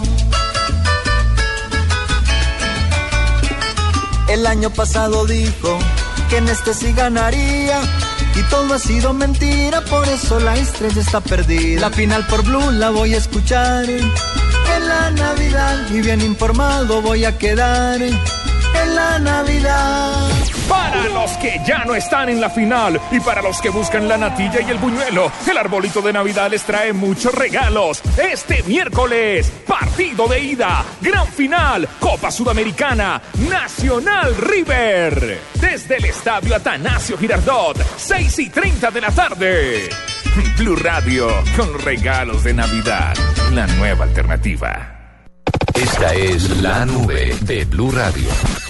El año pasado dijo que en este sí ganaría y todo ha sido mentira, por eso la estrella está perdida. La final por Blue la voy a escuchar en la Navidad y bien informado voy a quedar en la Navidad. Para los que ya no están en la final y para los que buscan la natilla y el buñuelo, el arbolito de Navidad les trae muchos regalos. Este miércoles, partido de ida, gran final, Copa Sudamericana, Nacional River. Desde el Estadio Atanasio Girardot, 6:30 de la tarde. Blue Radio, con regalos de Navidad, la nueva alternativa. Esta es la nube de Blue Radio.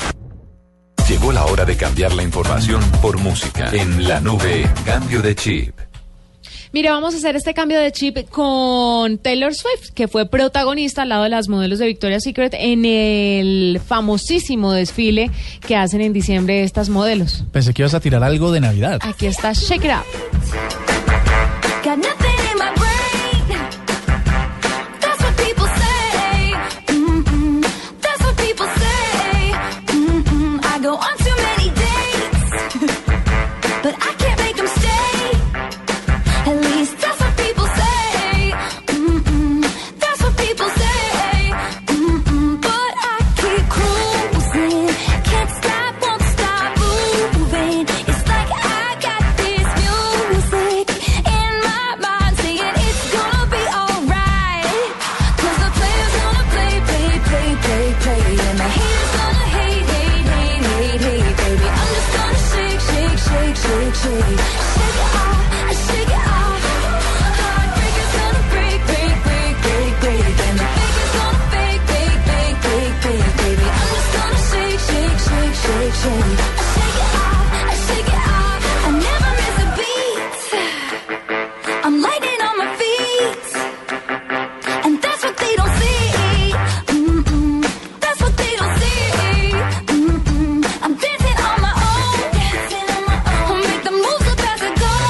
Llegó la hora de cambiar la información por música. En la nube, cambio de chip. Mira, vamos a hacer este cambio de chip con Taylor Swift, que fue protagonista al lado de las modelos de Victoria's Secret en el famosísimo desfile que hacen en diciembre estas modelos. Pensé que ibas a tirar algo de Navidad. Aquí está Shake It Up. Got nothing in my brain. That's what people say. That's what people say. I go on too many dates, but I can't make them stay. At least that's what people say. That's what people say. But I keep cruising, can't stop, won't stop moving. It's like I got this music in my mind saying it's gonna be alright. 'Cause the player's gonna play, play, play, play, play, and the haters gonna hate, hate, hate, hate, hate, baby. I'm just gonna shake, shake, shake, shake, shake, shake it off, shake it off. Heartbreaker's gonna break, break, break, break, break, and the faker's gonna fake, fake, fake, fake, fake, baby. I'm just gonna shake, shake, shake, shake, shake, shake it off, shake it off. I never miss a beat. I'm lighting on my feet, and that's what they don't see. That's what they don't see. I'm dancing on my own. I'll make the moves so fast to go.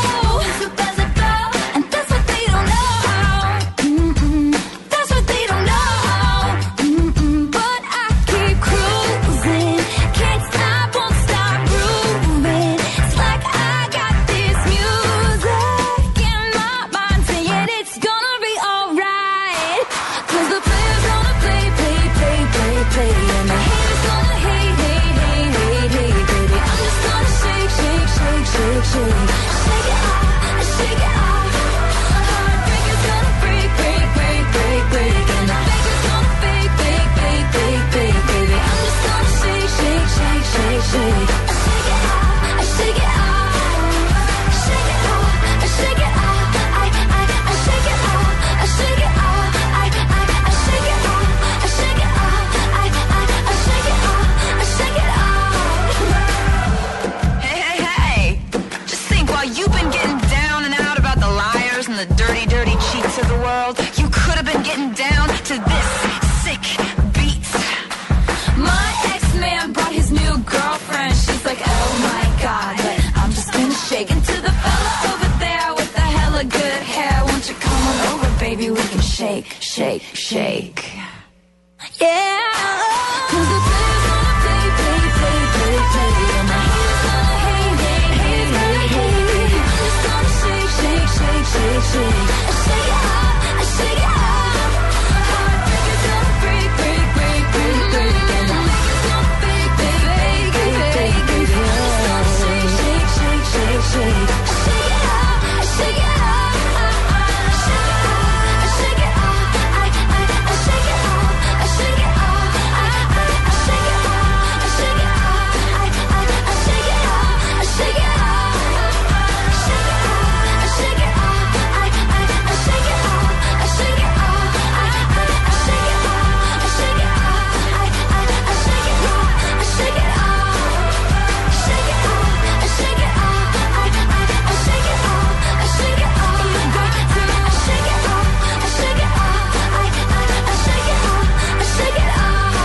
shake. And to the fella over there with the hella good hair, won't you come on over, baby, we can shake, shake, shake. Yeah, 'cause the players wanna play, play, play, play, play, and the haters wanna hate, hate, hate, hate, hate. Just gonna shake, shake, shake, shake, shake. I shake it off, I shake it off. Heartbreakers gonna break, break, break, break, break, and the haters gonna fake, fake, fake, fake, fake, fake. Just gonna shake, shake, shake, shake, shake. I shake it off, I shake it off. I shake it off, I shake it off. I shake it off, I shake it off. I shake it off, I shake it off. I shake it off, I shake it off. Shake it off, I shake it off. I shake it off, I shake it off. I shake it off, I shake it off. I shake it off, I shake it off. Shake it off, I shake it off. I shake it off, I shake it off. I shake it off, I shake it off. I shake it off, I shake it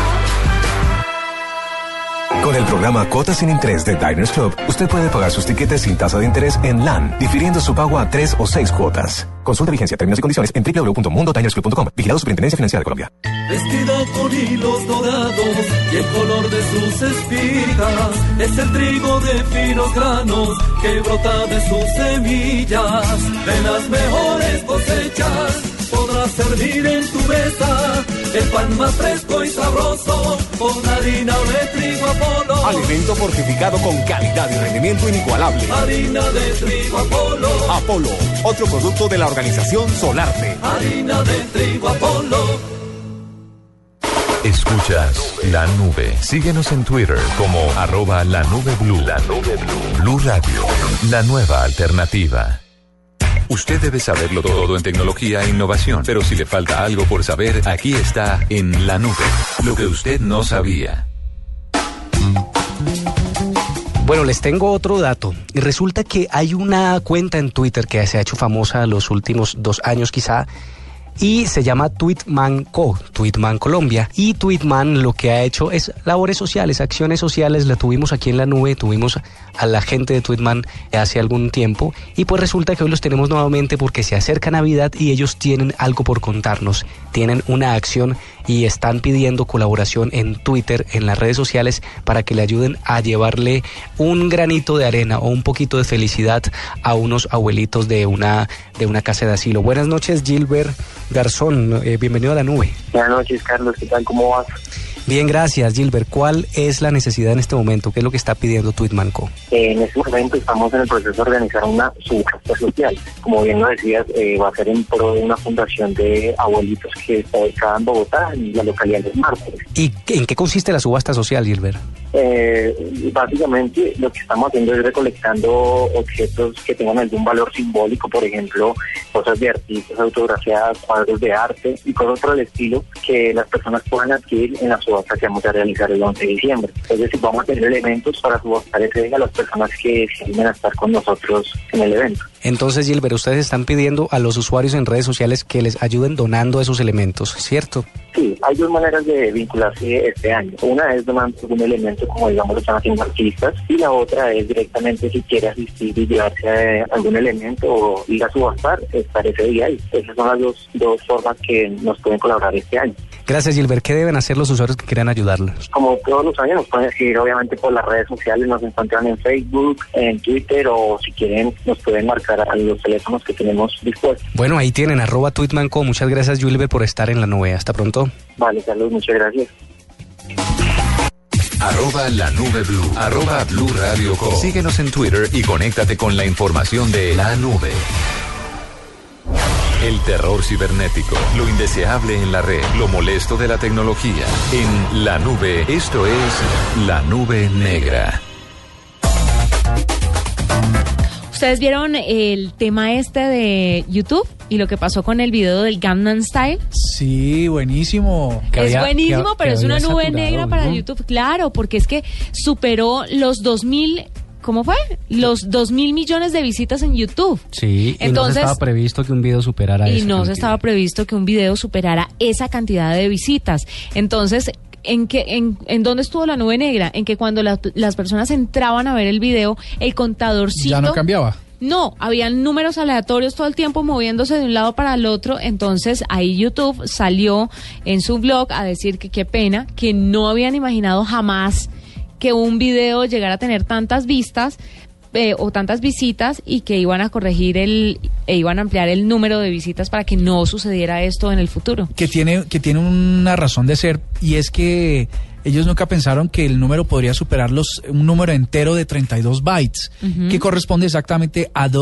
off. Con el programa Cuotas sin Interés de Diners Club, usted puede pagar sus tiquetes sin tasa de interés en LAN, difiriendo su pago a 3 o 6 cuotas. Consulta vigencia, términos y condiciones en www.mundotinersclub.com. Vigilado Superintendencia Financiera de Colombia. Vestida con hilos dorados y el color de sus espigas es el trigo de finos granos que brota de sus semillas. De las mejores cosechas podrás servir en tu mesa el pan más fresco y sabroso con harina de trigo Apolo. Alimento fortificado con calidad y rendimiento inigualable. Harina de trigo Apolo. Apolo, otro producto de la organización Solarte. Harina de trigo Apolo. Escuchas La Nube. Síguenos en Twitter como @lanubeblu. La Nube Blue. Blue Radio, la nueva alternativa. Usted debe saberlo todo en tecnología e innovación, pero si le falta algo por saber, aquí está en La Nube, lo que usted no sabía. Bueno, les tengo otro dato. Y resulta que hay una cuenta en Twitter que se ha hecho famosa los últimos 2 años quizá, y se llama Tweetman Co, Tweetman Colombia. Y Tweetman lo que ha hecho es labores sociales, acciones sociales. La tuvimos aquí en La Nube, tuvimos a la gente de Tweetman hace algún tiempo, y pues resulta que hoy los tenemos nuevamente porque se acerca Navidad y ellos tienen algo por contarnos. Tienen una acción y están pidiendo colaboración en Twitter, en las redes sociales, para que le ayuden a llevarle un granito de arena o un poquito de felicidad a unos abuelitos de una casa de asilo. Buenas noches, Gilbert Garzón, bienvenido a La Nube. Buenas noches, Carlos, ¿qué tal? ¿Cómo vas? Bien, gracias, Gilbert. ¿Cuál es la necesidad en este momento? ¿Qué es lo que está pidiendo Tweetman Co? En este momento estamos en el proceso de organizar una subasta social. Como bien lo decías, va a ser en pro de una fundación de abuelitos que está ubicada en Bogotá, en la localidad de Mártires. ¿Y en qué consiste la subasta social, Gilbert? Básicamente lo que estamos haciendo es recolectando objetos que tengan algún valor simbólico, por ejemplo, cosas de artistas autografiadas, cuadros de arte y cosas por el estilo que las personas puedan adquirir en la subasta que vamos a realizar el 11 de diciembre. Es decir, vamos a tener elementos para subastar ese día a las personas que se animen a estar con nosotros en el evento. Entonces, Gilbert, ustedes están pidiendo a los usuarios en redes sociales que les ayuden donando esos elementos, ¿cierto? Sí, hay 2 maneras de vincularse este año. Una es donando algún elemento, como digamos lo están haciendo artistas, y la otra es directamente si quiere asistir y llevarse algún elemento o ir a subastar, estar ese día ahí. Esas son las dos formas que nos pueden colaborar este año. Gracias, Gilbert. ¿Qué deben hacer los usuarios que quieran ayudarlos? Como todos los años nos pueden escribir obviamente por las redes sociales, nos encuentran en Facebook, en Twitter, o si quieren nos pueden marcar a los teléfonos que tenemos dispuestos. Bueno, ahí tienen @tweetmanco. Muchas gracias, Gilbert, por estar en La Nube. Hasta pronto. Vale, saludos, muchas gracias. @La Nube Blue, @Blue Radio Co. Síguenos en Twitter y conéctate con la información de La Nube. El terror cibernético, lo indeseable en la red, lo molesto de la tecnología. En La Nube, esto es La Nube Negra. ¿Ustedes vieron el tema este de YouTube y lo que pasó con el video del Gangnam Style? Sí, buenísimo. Es buenísimo, pero es una nube negra para YouTube, claro, porque es que superó los 2.000... ¿Cómo fue? Los 2.000 millones de visitas en YouTube. Sí, entonces, y no se estaba previsto que un video superara esa Y no cantidad. se estaba previsto que un video superara esa cantidad de visitas. Entonces, ¿En dónde estuvo la nube negra? En que cuando las personas entraban a ver el video, el contadorcito... Ya no cambiaba. No, habían números aleatorios todo el tiempo moviéndose de un lado para el otro, entonces ahí YouTube salió en su blog a decir que qué pena, que no habían imaginado jamás que un video llegara a tener tantas vistas o tantas visitas y que iban a corregir iban a ampliar el número de visitas para que no sucediera esto en el futuro. Que tiene una razón de ser, y es que ellos nunca pensaron que el número podría superar un número entero de 32 bytes, que corresponde exactamente a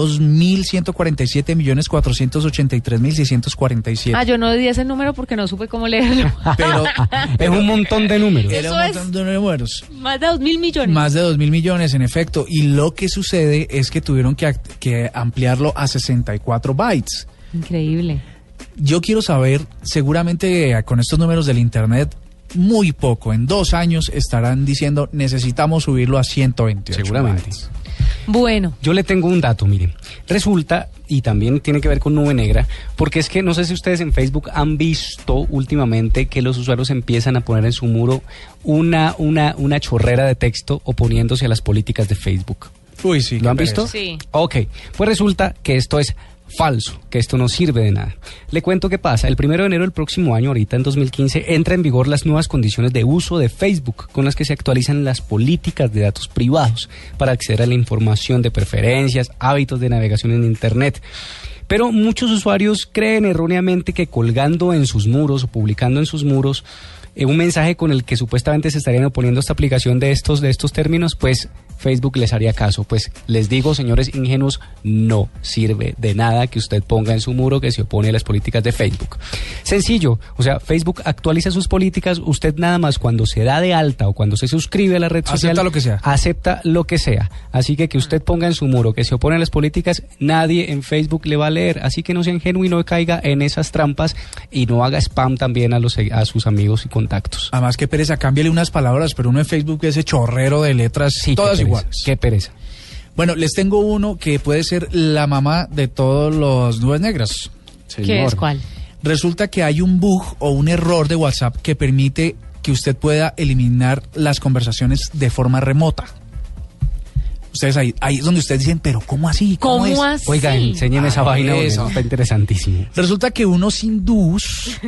2.147.483.647. Ah, yo no di ese número porque no supe cómo leerlo. Pero es un montón de números. Era un montón de números. Más de 2.000 millones. Más de 2.000 millones, en efecto. Y lo que sucede es que tuvieron que ampliarlo a 64 bytes. Increíble. Yo quiero saber, seguramente con estos números del Internet, muy poco, en 2 años estarán diciendo necesitamos subirlo a 128 seguramente bytes. Bueno, yo le tengo un dato, miren, resulta, y también tiene que ver con nube negra, porque es que no sé si ustedes en Facebook han visto últimamente que los usuarios empiezan a poner en su muro una chorrera de texto oponiéndose a las políticas de Facebook. Uy, sí. ¿Lo han visto? Sí. Ok, pues resulta que esto es falso, que esto no sirve de nada. Le cuento qué pasa. El 1 de enero del próximo año, ahorita en 2015, entra en vigor las nuevas condiciones de uso de Facebook, con las que se actualizan las políticas de datos privados para acceder a la información de preferencias, hábitos de navegación en Internet. Pero muchos usuarios creen erróneamente que colgando en sus muros o publicando en sus muros un mensaje con el que supuestamente se estarían oponiendo a esta aplicación de estos términos, pues Facebook les haría caso. Pues les digo, señores ingenuos, no sirve de nada que usted ponga en su muro que se opone a las políticas de Facebook. Sencillo, o sea, Facebook actualiza sus políticas, usted nada más cuando se da de alta o cuando se suscribe a la red social, acepta lo que sea. Acepta lo que sea. Así que usted ponga en su muro que se opone a las políticas, nadie en Facebook le va a leer. Así que no sea ingenuo y no caiga en esas trampas y no haga spam también a sus amigos y contactos. Además, qué pereza, cámbiale unas palabras, pero uno en Facebook ese chorrero de letras, sí, todas iguales. Qué pereza. Bueno, les tengo uno que puede ser la mamá de todos los nubes negras. Señor. ¿Qué es cuál? Resulta que hay un bug o un error de WhatsApp que permite que usted pueda eliminar las conversaciones de forma remota. Ustedes ahí es donde ustedes dicen, pero ¿cómo así? ¿Cómo así? Oiga, enséñeme esa vaina, eso está interesantísimo. Resulta que unos hindúes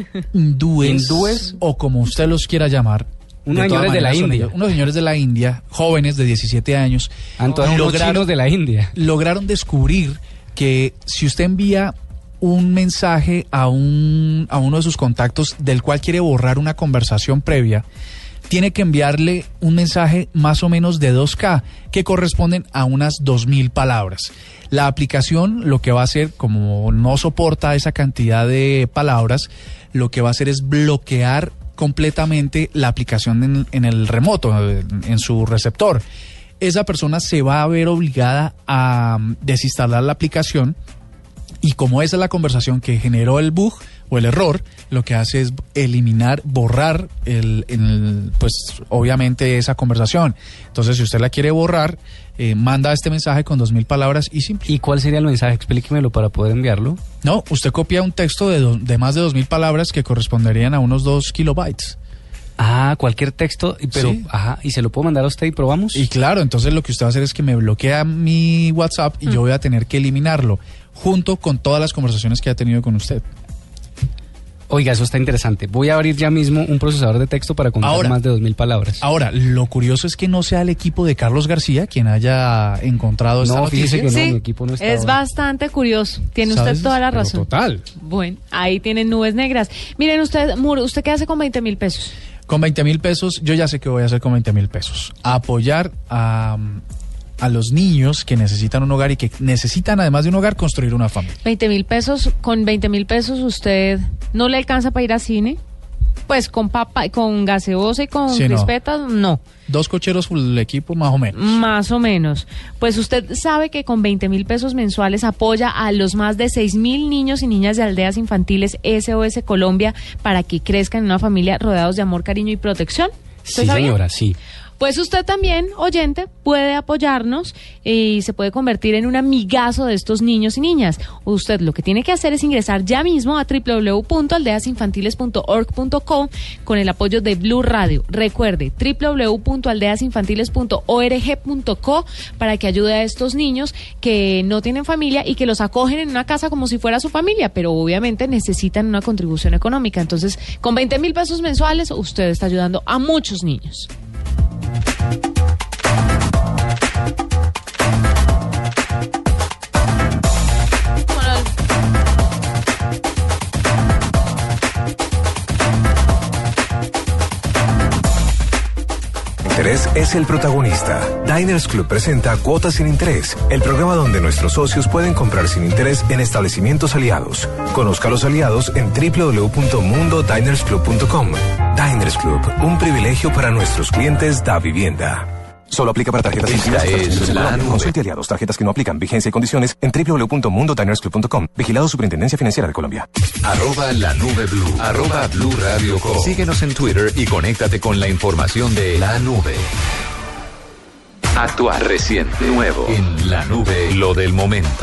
o como usted los quiera llamar, unos señores de la India. Unos señores de la India, jóvenes de 17 años, lograron de la India. Lograron descubrir que si usted envía un mensaje a uno de sus contactos del cual quiere borrar una conversación previa, tiene que enviarle un mensaje más o menos de 2K, que corresponden a unas 2.000 palabras. La aplicación lo que va a hacer, como no soporta esa cantidad de palabras, lo que va a hacer es bloquear completamente la aplicación en el remoto, en su receptor. Esa persona se va a ver obligada a desinstalar la aplicación, y como esa es la conversación que generó el bug o el error, lo que hace es borrar pues obviamente esa conversación. Entonces, si usted la quiere borrar, manda este mensaje con 2.000 palabras y simple. ¿Y cuál sería el mensaje? Explíquemelo para poder enviarlo. No, usted copia un texto de más de 2.000 palabras que corresponderían a unos 2 kilobytes. Ah, cualquier texto, pero sí. Ajá, ¿y se lo puedo mandar a usted y probamos? Y claro, entonces lo que usted va a hacer es que me bloquea mi WhatsApp y yo voy a tener que eliminarlo, junto con todas las conversaciones que ha tenido con usted. Oiga, eso está interesante. Voy a abrir ya mismo un procesador de texto para contar más de 2.000 palabras. Ahora, lo curioso es que no sea el equipo de Carlos García quien haya encontrado esta noticia. Que no, sí, mi equipo no está. Es bastante curioso. Tiene usted toda la razón. Total. Bueno, ahí tienen nubes negras. Miren usted, Muro, ¿usted qué hace con 20.000 pesos? Con 20.000 pesos, yo ya sé qué voy a hacer con 20.000 pesos. Apoyar a los niños que necesitan un hogar y que necesitan, además de un hogar, construir una familia. 20.000 pesos, con 20.000 pesos usted no le alcanza para ir al cine. Pues con papa, con gaseosa y con crispetas, no. 2 cocheros full equipo, más o menos. Más o menos. Pues usted sabe que con 20.000 pesos mensuales apoya a los más de 6.000 niños y niñas de aldeas infantiles SOS Colombia para que crezcan en una familia rodeados de amor, cariño y protección. Sí, señora, sí. Pues usted también, oyente, puede apoyarnos y se puede convertir en un amigazo de estos niños y niñas. Usted lo que tiene que hacer es ingresar ya mismo a www.aldeasinfantiles.org.co con el apoyo de Blue Radio. Recuerde, www.aldeasinfantiles.org.co para que ayude a estos niños que no tienen familia y que los acogen en una casa como si fuera su familia, pero obviamente necesitan una contribución económica. Entonces, con 20,000 pesos mensuales, usted está ayudando a muchos niños. Interés es el protagonista. Diners Club presenta Cuotas sin Interés, el programa donde nuestros socios pueden comprar sin interés en establecimientos aliados. Conozca a los aliados en www.mundodinersclub.com. Diners Club, un privilegio para nuestros clientes da vivienda. Solo aplica para tarjetas es la nube. Consulte aliados, tarjetas que no aplican, vigencia y condiciones en www.mundodinersclub.com. Vigilado Superintendencia Financiera de Colombia. @la nube blue. @Blue Radio Co. Síguenos en Twitter y conéctate con la información de la nube. Actual, reciente, nuevo. En la nube, lo del momento.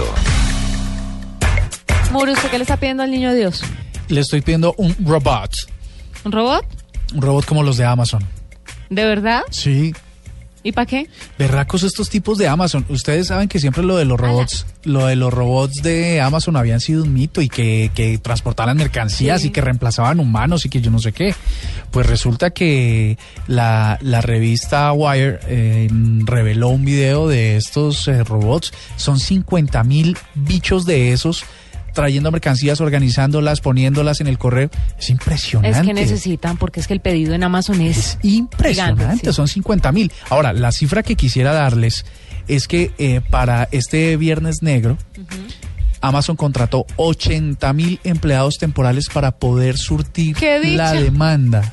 Muro, ¿usted qué le está pidiendo al niño Dios? Le estoy pidiendo un robot. ¿Un robot? Un robot como los de Amazon. ¿De verdad? Sí. ¿Y para qué? Berracos estos tipos de Amazon. Ustedes saben que siempre lo de los robots de Amazon habían sido un mito y que transportaban mercancías y que reemplazaban humanos y que yo no sé qué. Pues resulta que la revista Wire reveló un video de estos robots. Son 50,000 bichos de esos trayendo mercancías, organizándolas, poniéndolas en el correo. Es impresionante. Es que necesitan, porque es que el pedido en Amazon es impresionante, gigante, sí. Son 50,000. Ahora, la cifra que quisiera darles es que para este Viernes Negro, Amazon contrató 80,000 empleados temporales para poder surtir la demanda.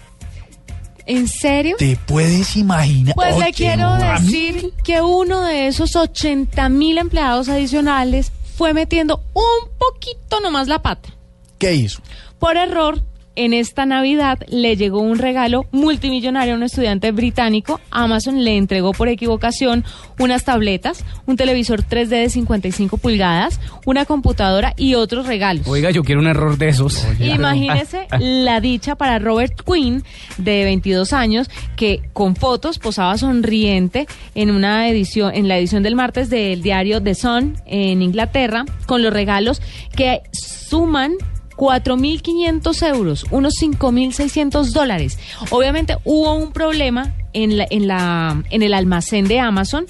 ¿En serio? ¿Te puedes imaginar? Pues le quiero decir que uno de esos 80,000 empleados adicionales fue metiendo un poquito nomás la pata. ¿Qué hizo? Por error, en esta Navidad le llegó un regalo multimillonario a un estudiante británico. Amazon le entregó por equivocación unas tabletas, un televisor 3D de 55 pulgadas, una computadora y otros regalos. Oiga, yo quiero un error de esos. Imagínese la dicha para Robert Quinn, de 22 años, que con fotos posaba sonriente en la edición del martes del diario The Sun en Inglaterra, con los regalos que suman 4.500 euros, unos 5.600 dólares. Obviamente hubo un problema en el almacén de Amazon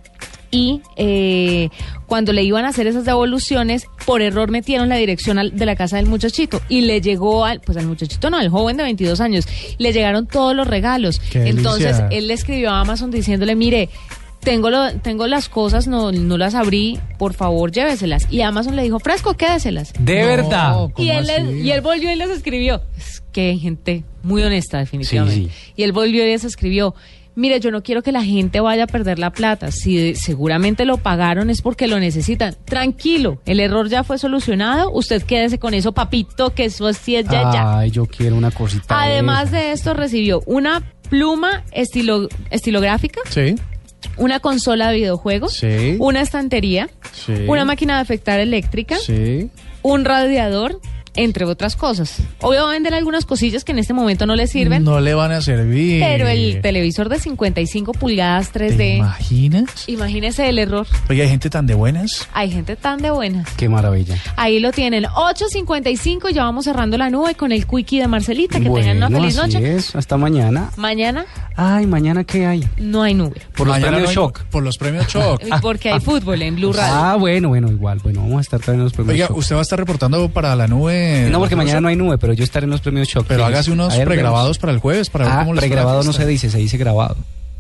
y cuando le iban a hacer esas devoluciones, por error metieron la dirección de la casa del muchachito y le llegó al muchachito no, al joven de 22 años, le llegaron todos los regalos. Entonces él le escribió a Amazon diciéndole, mire, tengo las cosas, no las abrí, por favor lléveselas. Y Amazon le dijo, fresco, quédeselas. ¿De verdad? Y él volvió y les escribió. Es que hay gente muy honesta, definitivamente. Sí. Y él volvió y les escribió, mire, yo no quiero que la gente vaya a perder la plata. Si seguramente lo pagaron es porque lo necesitan. Tranquilo, el error ya fue solucionado. Usted quédese con eso, papito, que eso sí es ya. Ay, yo quiero una cosita. Además de esto, recibió una pluma estilográfica. Sí. Una consola de videojuegos, sí, una estantería, sí, una máquina de afectar eléctrica, sí, un radiador, entre otras cosas. Obvio va a vender algunas cosillas que en este momento no le sirven. No le van a servir. Pero el televisor de 55 pulgadas 3D. ¿Te imaginas? Imagínese el error. Oye, ¿hay gente tan de buenas? Hay gente tan de buenas. Qué maravilla. Ahí lo tienen. 8:55, ya vamos cerrando la nube con el quickie de Marcelita. Que tengan una feliz noche. Así es. Hasta mañana. ¿Mañana? Ay, ¿mañana qué hay? No hay nube. Por los premios Shock. Por los premios Shock. Porque hay fútbol en Blue Radio. Ah, bueno, igual. Bueno, vamos a estar también en los premios Shock. Oiga, ¿usted va a estar reportando para la nube? No, porque mañana no hay nube, pero yo estaré en los premios Shock. Pero hágase unos pregrabados para el jueves para ver cómo les pregrabado no se dice grabado.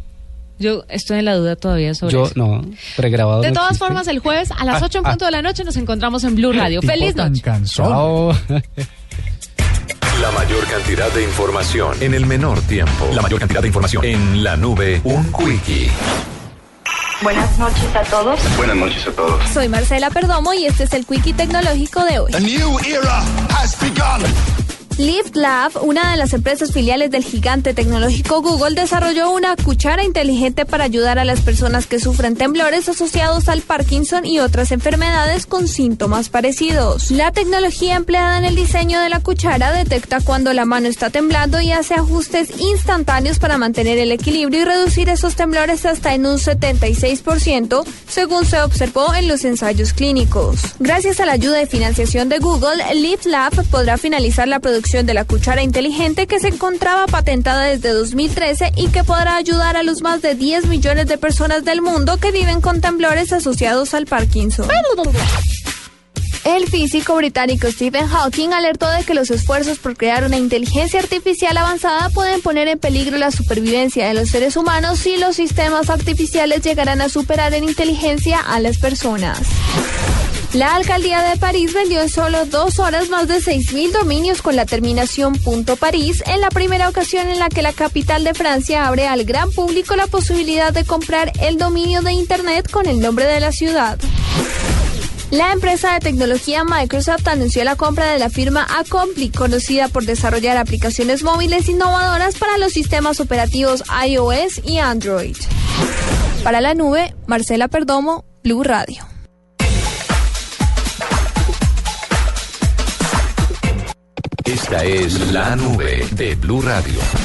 Yo estoy en la duda todavía sobre eso. No, pregrabado. De todas formas, el jueves a las 8 en punto de la noche nos encontramos en Blue Radio. ¡Feliz noche! Chao. La mayor cantidad de información en el menor tiempo. La mayor cantidad de información en la nube. Un quickie. Buenas noches a todos. Buenas noches a todos. Soy Marcela Perdomo y este es el Quickie Tecnológico de hoy. A new era has begun. Lyft Lab, una de las empresas filiales del gigante tecnológico Google, desarrolló una cuchara inteligente para ayudar a las personas que sufren temblores asociados al Parkinson y otras enfermedades con síntomas parecidos. La tecnología empleada en el diseño de la cuchara detecta cuando la mano está temblando y hace ajustes instantáneos para mantener el equilibrio y reducir esos temblores hasta en un 76%, según se observó en los ensayos clínicos. Gracias a la ayuda y financiación de Google, Lyft Lab podrá finalizar la producción de la cuchara inteligente que se encontraba patentada desde 2013 y que podrá ayudar a los más de 10 millones de personas del mundo que viven con temblores asociados al Parkinson. El físico británico Stephen Hawking alertó de que los esfuerzos por crear una inteligencia artificial avanzada pueden poner en peligro la supervivencia de los seres humanos si los sistemas artificiales llegarán a superar en inteligencia a las personas. La alcaldía de París vendió en solo 2 horas más de 6.000 dominios con la terminación .París, en la primera ocasión en la que la capital de Francia abre al gran público la posibilidad de comprar el dominio de Internet con el nombre de la ciudad. La empresa de tecnología Microsoft anunció la compra de la firma Acompli, conocida por desarrollar aplicaciones móviles innovadoras para los sistemas operativos iOS y Android. Para la nube, Marcela Perdomo, Blue Radio. Esta es la nube de Blue Radio.